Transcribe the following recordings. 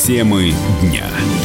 Темы дня.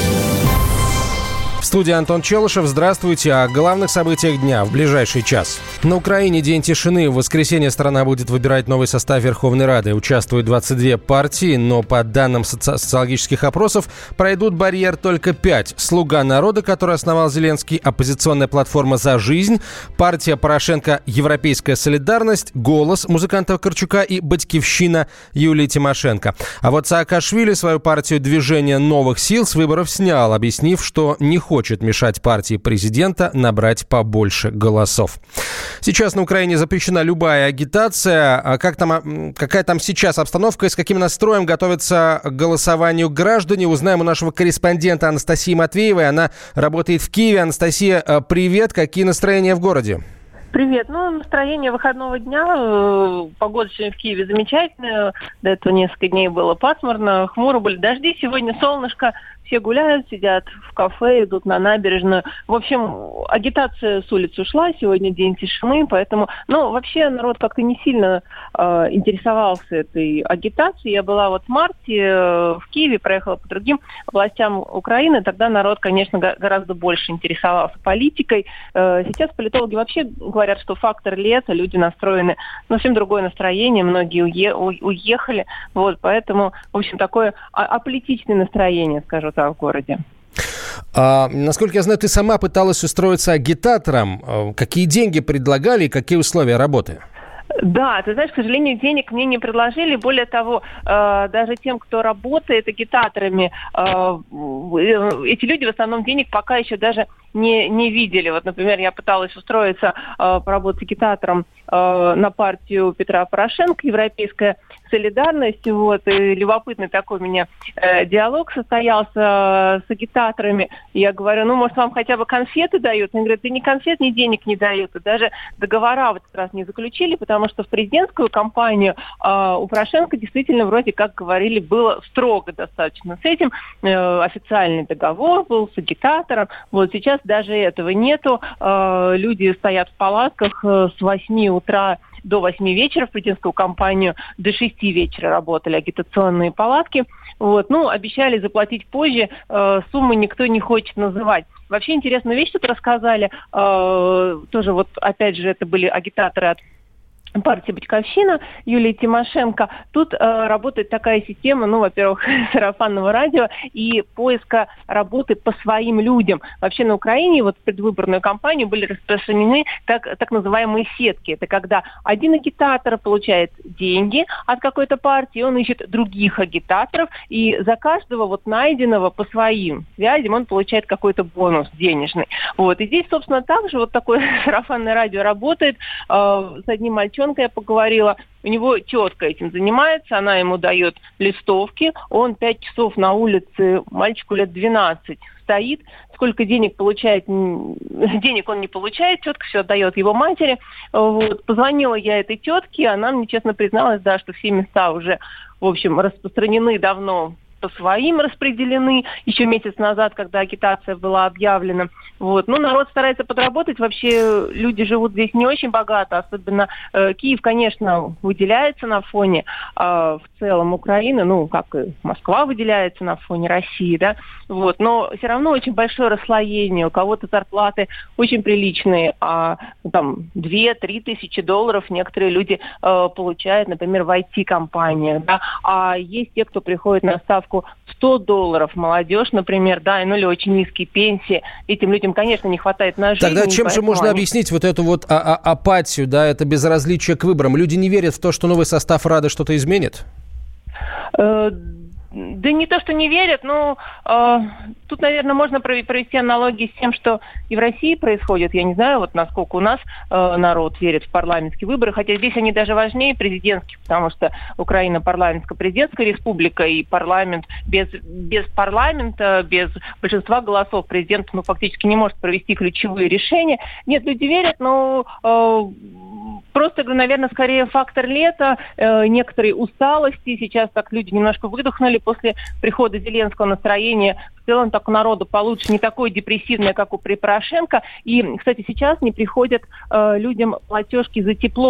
В студии Антон Челышев. Здравствуйте. О главных событиях дня в ближайший час. На Украине день тишины. В воскресенье страна будет выбирать новый состав Верховной Рады. Участвуют 22 партии, но по данным социологических опросов пройдут барьер только 5. «Слуга народа», который основал Зеленский, оппозиционная платформа «За жизнь», партия Порошенко «Европейская солидарность», «Голос» музыканта Корчука и «Батькивщина» Юлии Тимошенко. А вот Саакашвили свою партию «Движение новых сил» с выборов снял, объяснив, что не хочет мешать партии президента набрать побольше голосов. Сейчас на Украине запрещена любая агитация. Какая там сейчас обстановка и с каким настроем готовятся к голосованию граждане, узнаем у нашего корреспондента Анастасии Матвеевой. Она работает в Киеве. Анастасия, привет. Какие настроения в городе? Привет. Настроение выходного дня. Погода сегодня в Киеве замечательная. До этого несколько дней было пасмурно, хмуро были дожди. Сегодня солнышко. Все гуляют, сидят в кафе, идут на набережную. В общем, агитация с улицы ушла. Сегодня день тишины, поэтому... вообще народ как-то не сильно интересовался этой агитацией. Я была в марте в Киеве, проехала по другим областям Украины. Тогда народ, конечно, гораздо больше интересовался политикой. Сейчас политологи вообще говорят, что фактор лета, люди настроены на совсем другое настроение. Многие уехали. Поэтому, в общем, такое аполитичное настроение, скажу так, в городе. Насколько я знаю, ты сама пыталась устроиться агитатором. Какие деньги предлагали и какие условия работы? Да, ты знаешь, к сожалению, денег мне не предложили. Более того, даже тем, кто работает агитаторами, эти люди в основном денег пока еще даже не видели. Например, я пыталась устроиться поработать агитатором на партию Петра Порошенко, Европейская солидарность. И любопытный такой у меня диалог состоялся с агитаторами. Я говорю, может, вам хотя бы конфеты дают? Они говорят, да ни конфет, ни денег не дают. И даже договора в этот раз не заключили, потому что в президентскую кампанию у Порошенко действительно, вроде как говорили, было строго достаточно с этим. Официальный договор был с агитатором. Сейчас даже этого нету. Люди стоят в палатках с 8 утра до 8 вечера в президентскую кампанию, до 6 вечера работали агитационные палатки. Обещали заплатить позже, суммы никто не хочет называть. Вообще интересную вещь тут рассказали. Тоже опять же, это были агитаторы от партии «Батькивщина» Юлии Тимошенко. Тут работает такая система, во-первых, сарафанного радио и поиска работы по своим людям. Вообще на Украине в предвыборную кампанию были распространены так называемые сетки. Это когда один агитатор получает деньги от какой-то партии, он ищет других агитаторов, и за каждого найденного по своим связям он получает какой-то бонус денежный. И здесь, собственно, также такое сарафанное радио работает. С одним мальчонком я поговорила, у него тетка этим занимается, она ему дает листовки, он 5 часов на улице, мальчику лет 12, стоит, сколько денег получает, денег он не получает, тетка все отдает его матери. Позвонила я этой тетке, она мне честно призналась, что все места уже, в общем, распространены давно, по своим распределены, еще месяц назад, когда агитация была объявлена. Народ старается подработать, вообще люди живут здесь не очень богато, особенно Киев, конечно, выделяется на фоне в целом Украины, как и Москва выделяется на фоне России, да, но все равно очень большое расслоение, у кого-то зарплаты очень приличные, 2-3 тысячи долларов некоторые люди получают, например, в IT-компаниях, да, а есть те, кто приходит на ставку $100, молодежь, например, да, или очень низкие пенсии. Этим людям, конечно, не хватает на жизнь. Тогда чем же можно объяснить эту апатию, да, это безразличие к выборам? Люди не верят в то, что новый состав Рады что-то изменит? Да не то, что не верят, тут, наверное, можно провести аналогии с тем, что и в России происходит. Я не знаю, насколько у нас народ верит в парламентские выборы, хотя здесь они даже важнее президентских, потому что Украина парламентско-президентская республика, и парламент без парламента, без большинства голосов президент фактически не может провести ключевые решения. Нет, люди верят, но просто, наверное, скорее фактор лета, некоторые усталости. Сейчас так люди немножко выдохнули после прихода Зеленского, настроение в целом так у народа получше, не такое депрессивное, как у Порошенко. И, кстати, сейчас не приходят людям платежки за тепло.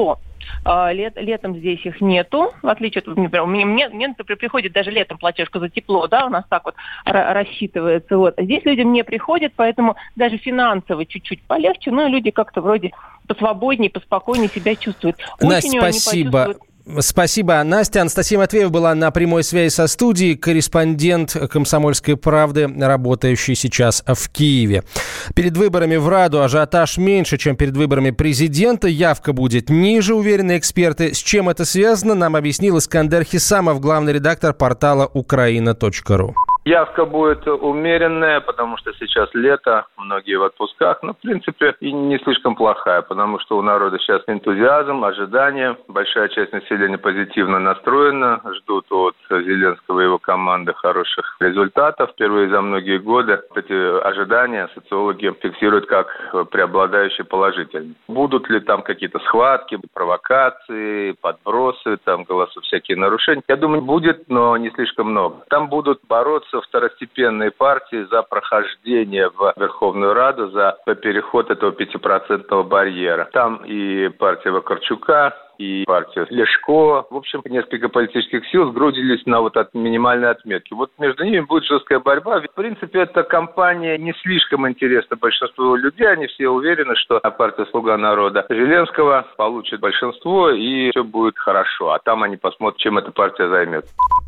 Летом здесь их нету, в отличие от, например, мне, например, приходит даже летом платежка за тепло, да, у нас так вот рассчитывается. Вот. А здесь людям не приходят, поэтому даже финансово чуть-чуть полегче, но люди как-то вроде посвободнее, поспокойнее себя чувствуют. Настя, спасибо. Спасибо, Настя. Анастасия Матвеева была на прямой связи со студией, корреспондент «Комсомольской правды», работающий сейчас в Киеве. Перед выборами в Раду ажиотаж меньше, чем перед выборами президента. Явка будет ниже, уверены эксперты. С чем это связано, нам объяснил Искандер Хисамов, главный редактор портала Ukraina.ru. Явка будет умеренная, потому что сейчас лето, многие в отпусках, но, в принципе, и не слишком плохая, потому что у народа сейчас энтузиазм, ожидания, большая часть населения позитивно настроена, ждут от Зеленского и его команды хороших результатов. Впервые за многие годы эти ожидания социологи фиксируют как преобладающие положительные. Будут ли там какие-то схватки, провокации, подбросы, там голосов, всякие нарушения? Я думаю, будет, но не слишком много. Там будут бороться второстепенные партии за прохождение в Верховную Раду, за переход этого 5% барьера. Там и партия Вакарчука, и партия Ляшко. В общем, несколько политических сил сгрудились на вот от минимальной отметки. Вот между ними будет жесткая борьба. В принципе, эта кампания не слишком интересна большинству людей. Они все уверены, что партия «Слуга народа» Зеленского получит большинство, и все будет хорошо. А там они посмотрят, чем эта партия займется.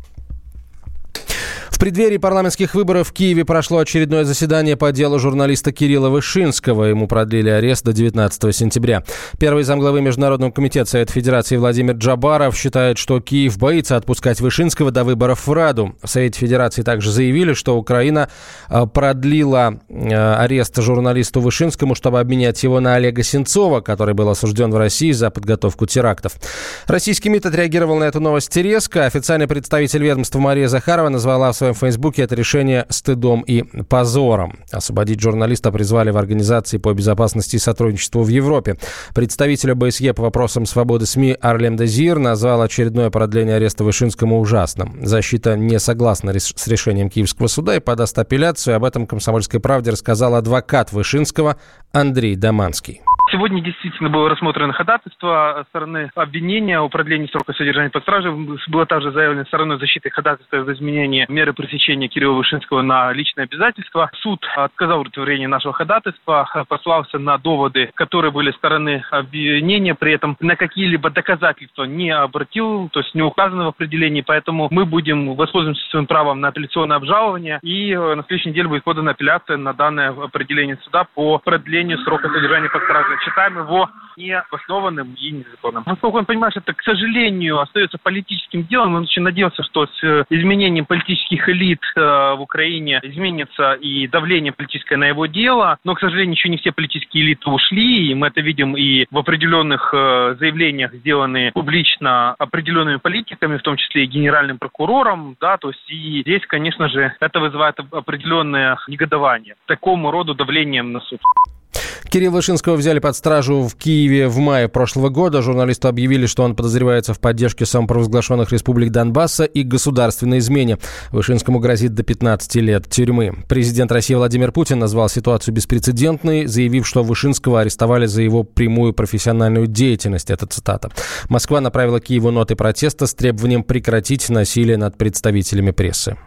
В преддверии парламентских выборов в Киеве прошло очередное заседание по делу журналиста Кирилла Вышинского. Ему продлили арест до 19 сентября. Первый замглавы Международного комитета Совета Федерации Владимир Джабаров считает, что Киев боится отпускать Вышинского до выборов в Раду. В Совете Федерации также заявили, что Украина продлила арест журналисту Вышинскому, чтобы обменять его на Олега Сенцова, который был осужден в России за подготовку терактов. Российский МИД отреагировал на эту новость резко. Официальный представитель ведомства Мария Захарова назвала в своем Фейсбуке это решение стыдом и позором. Освободить журналиста призвали в Организации по безопасности и сотрудничеству в Европе. Представитель ОБСЕ по вопросам свободы СМИ Арлем Дезир назвал очередное продление ареста Вышинскому ужасным. Защита не согласна с решением Киевского суда и подаст апелляцию. Об этом «Комсомольской правде» рассказал адвокат Вышинского Андрей Доманский. Сегодня действительно было рассмотрено ходатайство стороны обвинения о продлении срока содержания под стражей. Было также заявлено стороной защиты ходатайство в изменении меры пресечения Кирилла Вышинского на личные обязательства. Суд отказал в удовлетворении нашего ходатайства, послался на доводы, которые были стороны обвинения, при этом на какие-либо доказательства не обратил, то есть не указано в определении, поэтому мы будем воспользоваться своим правом на апелляционное обжалование, и на следующей неделе будет подана апелляция на данное определение суда по продлению срока содержания под стражей. Считаем его необоснованным и незаконным. Насколько он понимает, это, к сожалению, остается политическим делом. Он очень надеялся, что с изменением политических элит в Украине изменится и давление политическое на его дело. Но, к сожалению, еще не все политические элиты ушли. И мы это видим и в определенных заявлениях, сделанные публично определенными политиками, в том числе и генеральным прокурором. Да, то есть и здесь, конечно же, это вызывает определенное негодование такому роду давлением на суд. Кирилла Вышинского взяли под стражу в Киеве в мае прошлого года. Журналисту объявили, что он подозревается в поддержке самопровозглашенных республик Донбасса и государственной измене. Вышинскому грозит до 15 лет тюрьмы. Президент России Владимир Путин назвал ситуацию беспрецедентной, заявив, что Вышинского арестовали за его прямую профессиональную деятельность. Это цитата. Москва направила Киеву ноты протеста с требованием прекратить насилие над представителями прессы.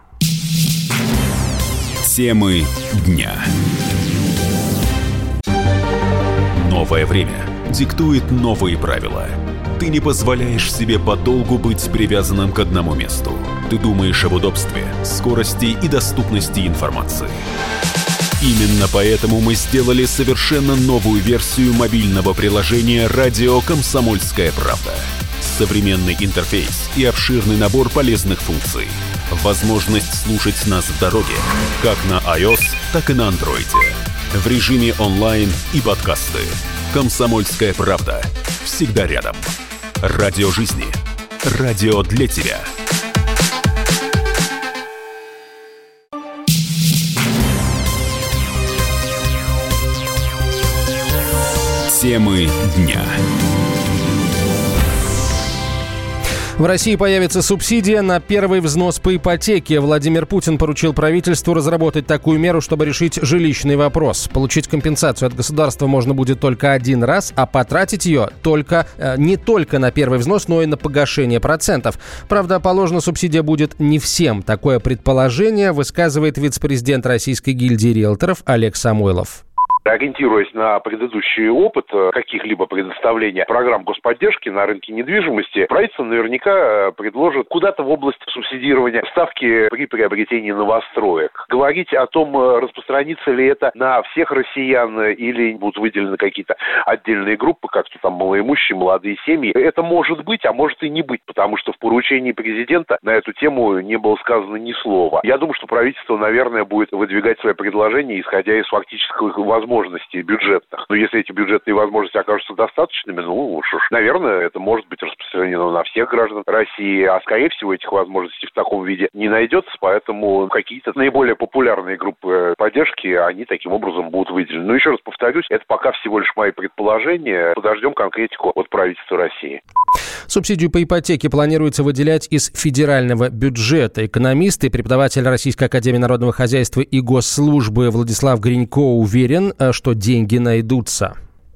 Темы дня. Новое время диктует новые правила. Ты не позволяешь себе подолгу быть привязанным к одному месту. Ты думаешь об удобстве, скорости и доступности информации. Именно поэтому мы сделали совершенно новую версию мобильного приложения «Радио Комсомольская правда». Современный интерфейс и обширный набор полезных функций. Возможность слушать нас в дороге, как на iOS, так и на Android. В режиме онлайн и подкасты. «Комсомольская правда». Всегда рядом. Радио жизни. Радио для тебя. Темы дня. В России появится субсидия на первый взнос по ипотеке. Владимир Путин поручил правительству разработать такую меру, чтобы решить жилищный вопрос. Получить компенсацию от государства можно будет только один раз, а потратить ее не только на первый взнос, но и на погашение процентов. Правда, положена субсидия будет не всем. Такое предположение высказывает вице-президент Российской гильдии риэлторов Олег Самойлов. Ориентируясь на предыдущий опыт каких-либо предоставления программ господдержки на рынке недвижимости, правительство наверняка предложит куда-то в область субсидирования ставки при приобретении новостроек. Говорить о том, распространится ли это на всех россиян или будут выделены какие-то отдельные группы, как-то там малоимущие, молодые семьи, это может быть, а может и не быть, потому что в поручении президента на эту тему не было сказано ни слова. Я думаю, что правительство, наверное, будет выдвигать свои предложения, исходя из фактических возможностей бюджетных. Но если эти бюджетные возможности окажутся достаточными, наверное, это может быть распространено на всех граждан России, а скорее всего этих возможностей в таком виде не найдется, поэтому какие-то наиболее популярные группы поддержки, они таким образом будут выделены. Но еще раз повторюсь, это пока всего лишь мои предположения. Подождем конкретику от правительства России. Субсидию по ипотеке планируется выделять из федерального бюджета. Экономист и преподаватель Российской академии народного хозяйства и госслужбы Владислав Гринько уверен, что деньги найдутся.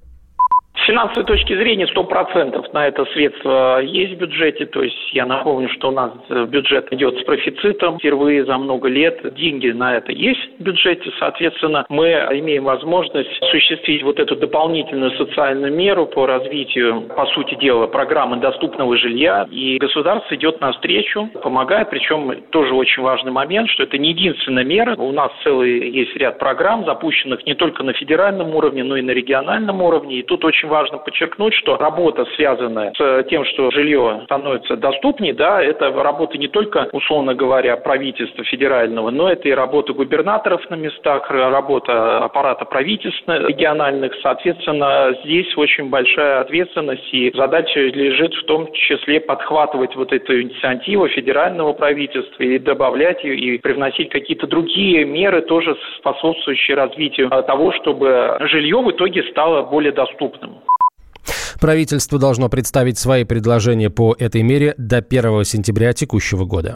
С финансовой точки зрения 100% на это средства есть в бюджете. То есть я напомню, что у нас бюджет идет с профицитом впервые за много лет. Деньги на это есть в бюджете. Соответственно, мы имеем возможность осуществить вот эту дополнительную социальную меру по развитию, по сути дела, программы доступного жилья. И государство идет навстречу, помогает. Причем тоже очень важный момент, что это не единственная мера. У нас целый есть ряд программ, запущенных не только на федеральном уровне, но и на региональном уровне. И тут очень важно подчеркнуть, что работа, связанная с тем, что жилье становится доступнее, это работа не только, условно говоря, правительства федерального, но это и работа губернаторов на местах, работа аппарата правительств региональных. Соответственно, здесь очень большая ответственность, и задача лежит в том числе подхватывать вот эту инициативу федерального правительства и добавлять ее, и привносить какие-то другие меры, тоже способствующие развитию того, чтобы жилье в итоге стало более доступным. Правительство должно представить свои предложения по этой мере до 1 сентября текущего года.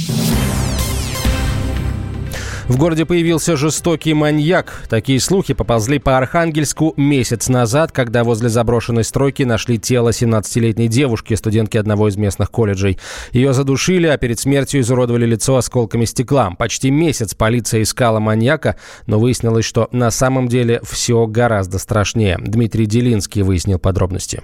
В городе появился жестокий маньяк. Такие слухи поползли по Архангельску месяц назад, когда возле заброшенной стройки нашли тело 17-летней девушки, студентки одного из местных колледжей. Ее задушили, а перед смертью изуродовали лицо осколками стекла. Почти месяц полиция искала маньяка, но выяснилось, что на самом деле все гораздо страшнее. Дмитрий Делинский выяснил подробности.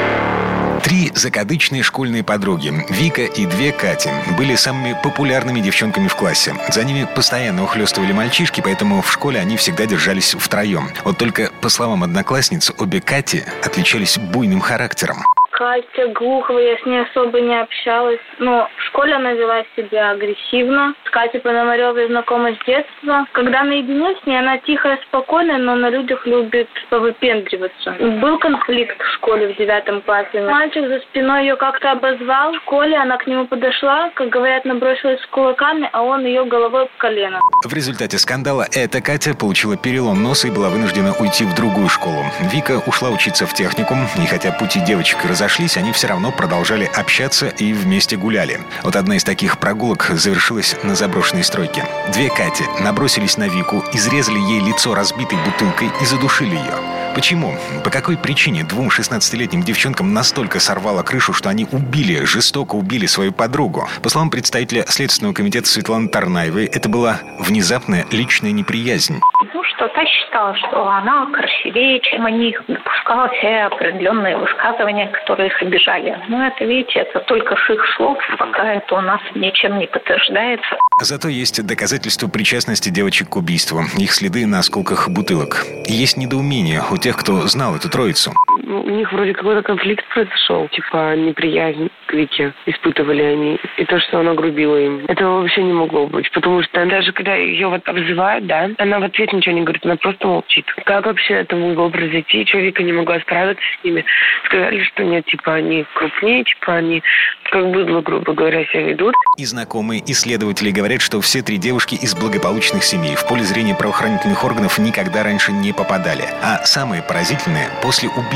3 закадычные школьные подруги, Вика и 2 Кати, были самыми популярными девчонками в классе. За ними постоянно ухлёстывали мальчишки, поэтому в школе они всегда держались втроем. Вот только, по словам одноклассниц, обе Кати отличались буйным характером. Катя глухая, я с ней особо не общалась. Но в школе она вела себя агрессивно. С Катей Пономарёвой знакома с детства. Когда наедине с ней, она тихая, спокойная, но на людях любит повыпендриваться. Был конфликт в школе в 9 классе. Мальчик за спиной ее как-то обозвал. В школе она к нему подошла, как говорят, набросилась с кулаками, а он ее головой в колено. В результате скандала эта Катя получила перелом носа и была вынуждена уйти в другую школу. Вика ушла учиться в техникум, и хотя пути девочек разошлись, они все равно продолжали общаться и вместе гуляли. Вот одна из таких прогулок завершилась на заброшенной стройке. 2 Кати набросились на Вику, изрезали ей лицо разбитой бутылкой и задушили ее. Почему? По какой причине 2 16-летним девчонкам настолько сорвало крышу, что они жестоко убили свою подругу? По словам представителя Следственного комитета Светланы Тарнаевой, это была внезапная личная неприязнь. Та считала, что она красивее, чем они, допускала все определенные высказывания, которые их обижали. Но это, видите, это только с их слов, пока это у нас ничем не подтверждается. Зато есть доказательства причастности девочек к убийству. Их следы на осколках бутылок. И есть недоумение у тех, кто знал эту троицу. У них вроде какой-то конфликт произошел. Типа неприязнь к Вике испытывали они. И то, что она грубила им. Этого вообще не могло быть. Потому что даже когда ее обзывают, она в ответ ничего не говорит. Она просто молчит. Как вообще это могло произойти? Чего Вика не могла справиться с ними? Сказали, что нет, они крупнее, они как быдло, грубо говоря, себя ведут. И знакомые исследователи говорят, что все 3 девушки из благополучных семей в поле зрения правоохранительных органов никогда раньше не попадали. А самое поразительное, после убийства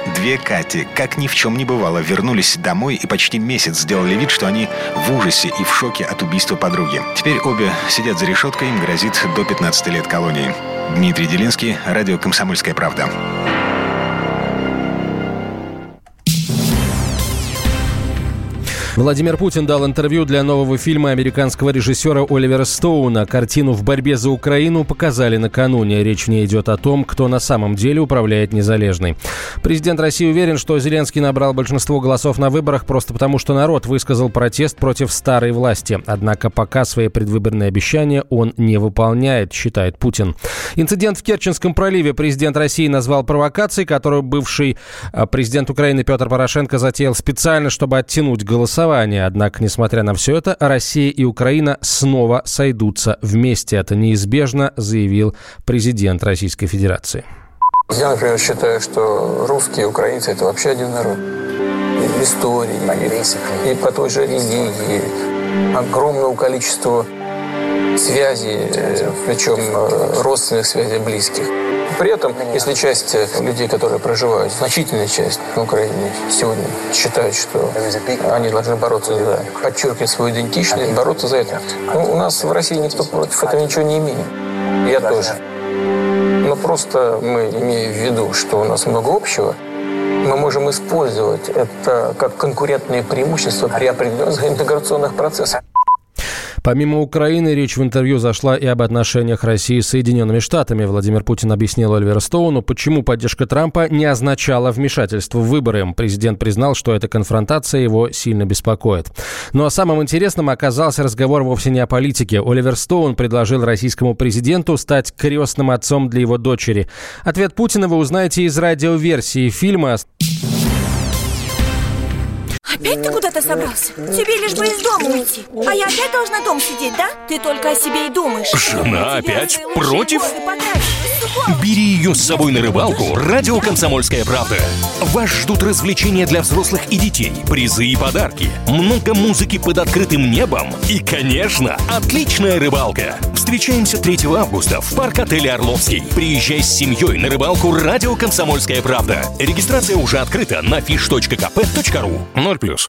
Две Кати, как ни в чем не бывало, вернулись домой и почти месяц сделали вид, что они в ужасе и в шоке от убийства подруги. Теперь обе сидят за решеткой, им грозит до 15 лет колонии. Дмитрий Делинский, радио «Комсомольская правда». Владимир Путин дал интервью для нового фильма американского режиссера Оливера Стоуна. Картину «В борьбе за Украину» показали накануне. Речь в ней идет о том, кто на самом деле управляет Незалежной. Президент России уверен, что Зеленский набрал большинство голосов на выборах просто потому, что народ высказал протест против старой власти. Однако пока свои предвыборные обещания он не выполняет, считает Путин. Инцидент в Керченском проливе президент России назвал провокацией, которую бывший президент Украины Петр Порошенко затеял специально, чтобы оттянуть голосование. Однако, несмотря на все это, Россия и Украина снова сойдутся вместе. Это неизбежно, заявил президент Российской Федерации. Я, например, считаю, что русские и украинцы – это вообще один народ. И истории, и по той же религии, огромного количества связей, причем родственных связей близких. При этом, если часть людей, которые проживают, значительная часть на Украине сегодня считают, что они должны бороться за это, подчеркивать свою идентичность, бороться за это. У нас в России никто против этого ничего не имеет. Я тоже. Но просто мы, имея в виду, что у нас много общего, мы можем использовать это как конкурентное преимущество при определенных интеграционных процессах. Помимо Украины, речь в интервью зашла и об отношениях России с Соединенными Штатами. Владимир Путин объяснил Оливеру Стоуну, почему поддержка Трампа не означала вмешательство в выборы. Президент признал, что эта конфронтация его сильно беспокоит. Ну а самым интересным оказался разговор вовсе не о политике. Оливер Стоун предложил российскому президенту стать крестным отцом для его дочери. Ответ Путина вы узнаете из радиоверсии фильма. Опять ты куда-то собрался? Тебе лишь бы из дома уйти. А я опять должна дома сидеть, да? Ты только о себе и думаешь. Жена опять против? Бери ее с собой на рыбалку. Радио «Комсомольская правда». Вас ждут развлечения для взрослых и детей, призы и подарки, много музыки под открытым небом и, конечно, отличная рыбалка. Встречаемся 3 августа в парк-отеле «Орловский». Приезжай с семьей на рыбалку. Радио «Комсомольская правда». Регистрация уже открыта на fish.kp.ru. 0+.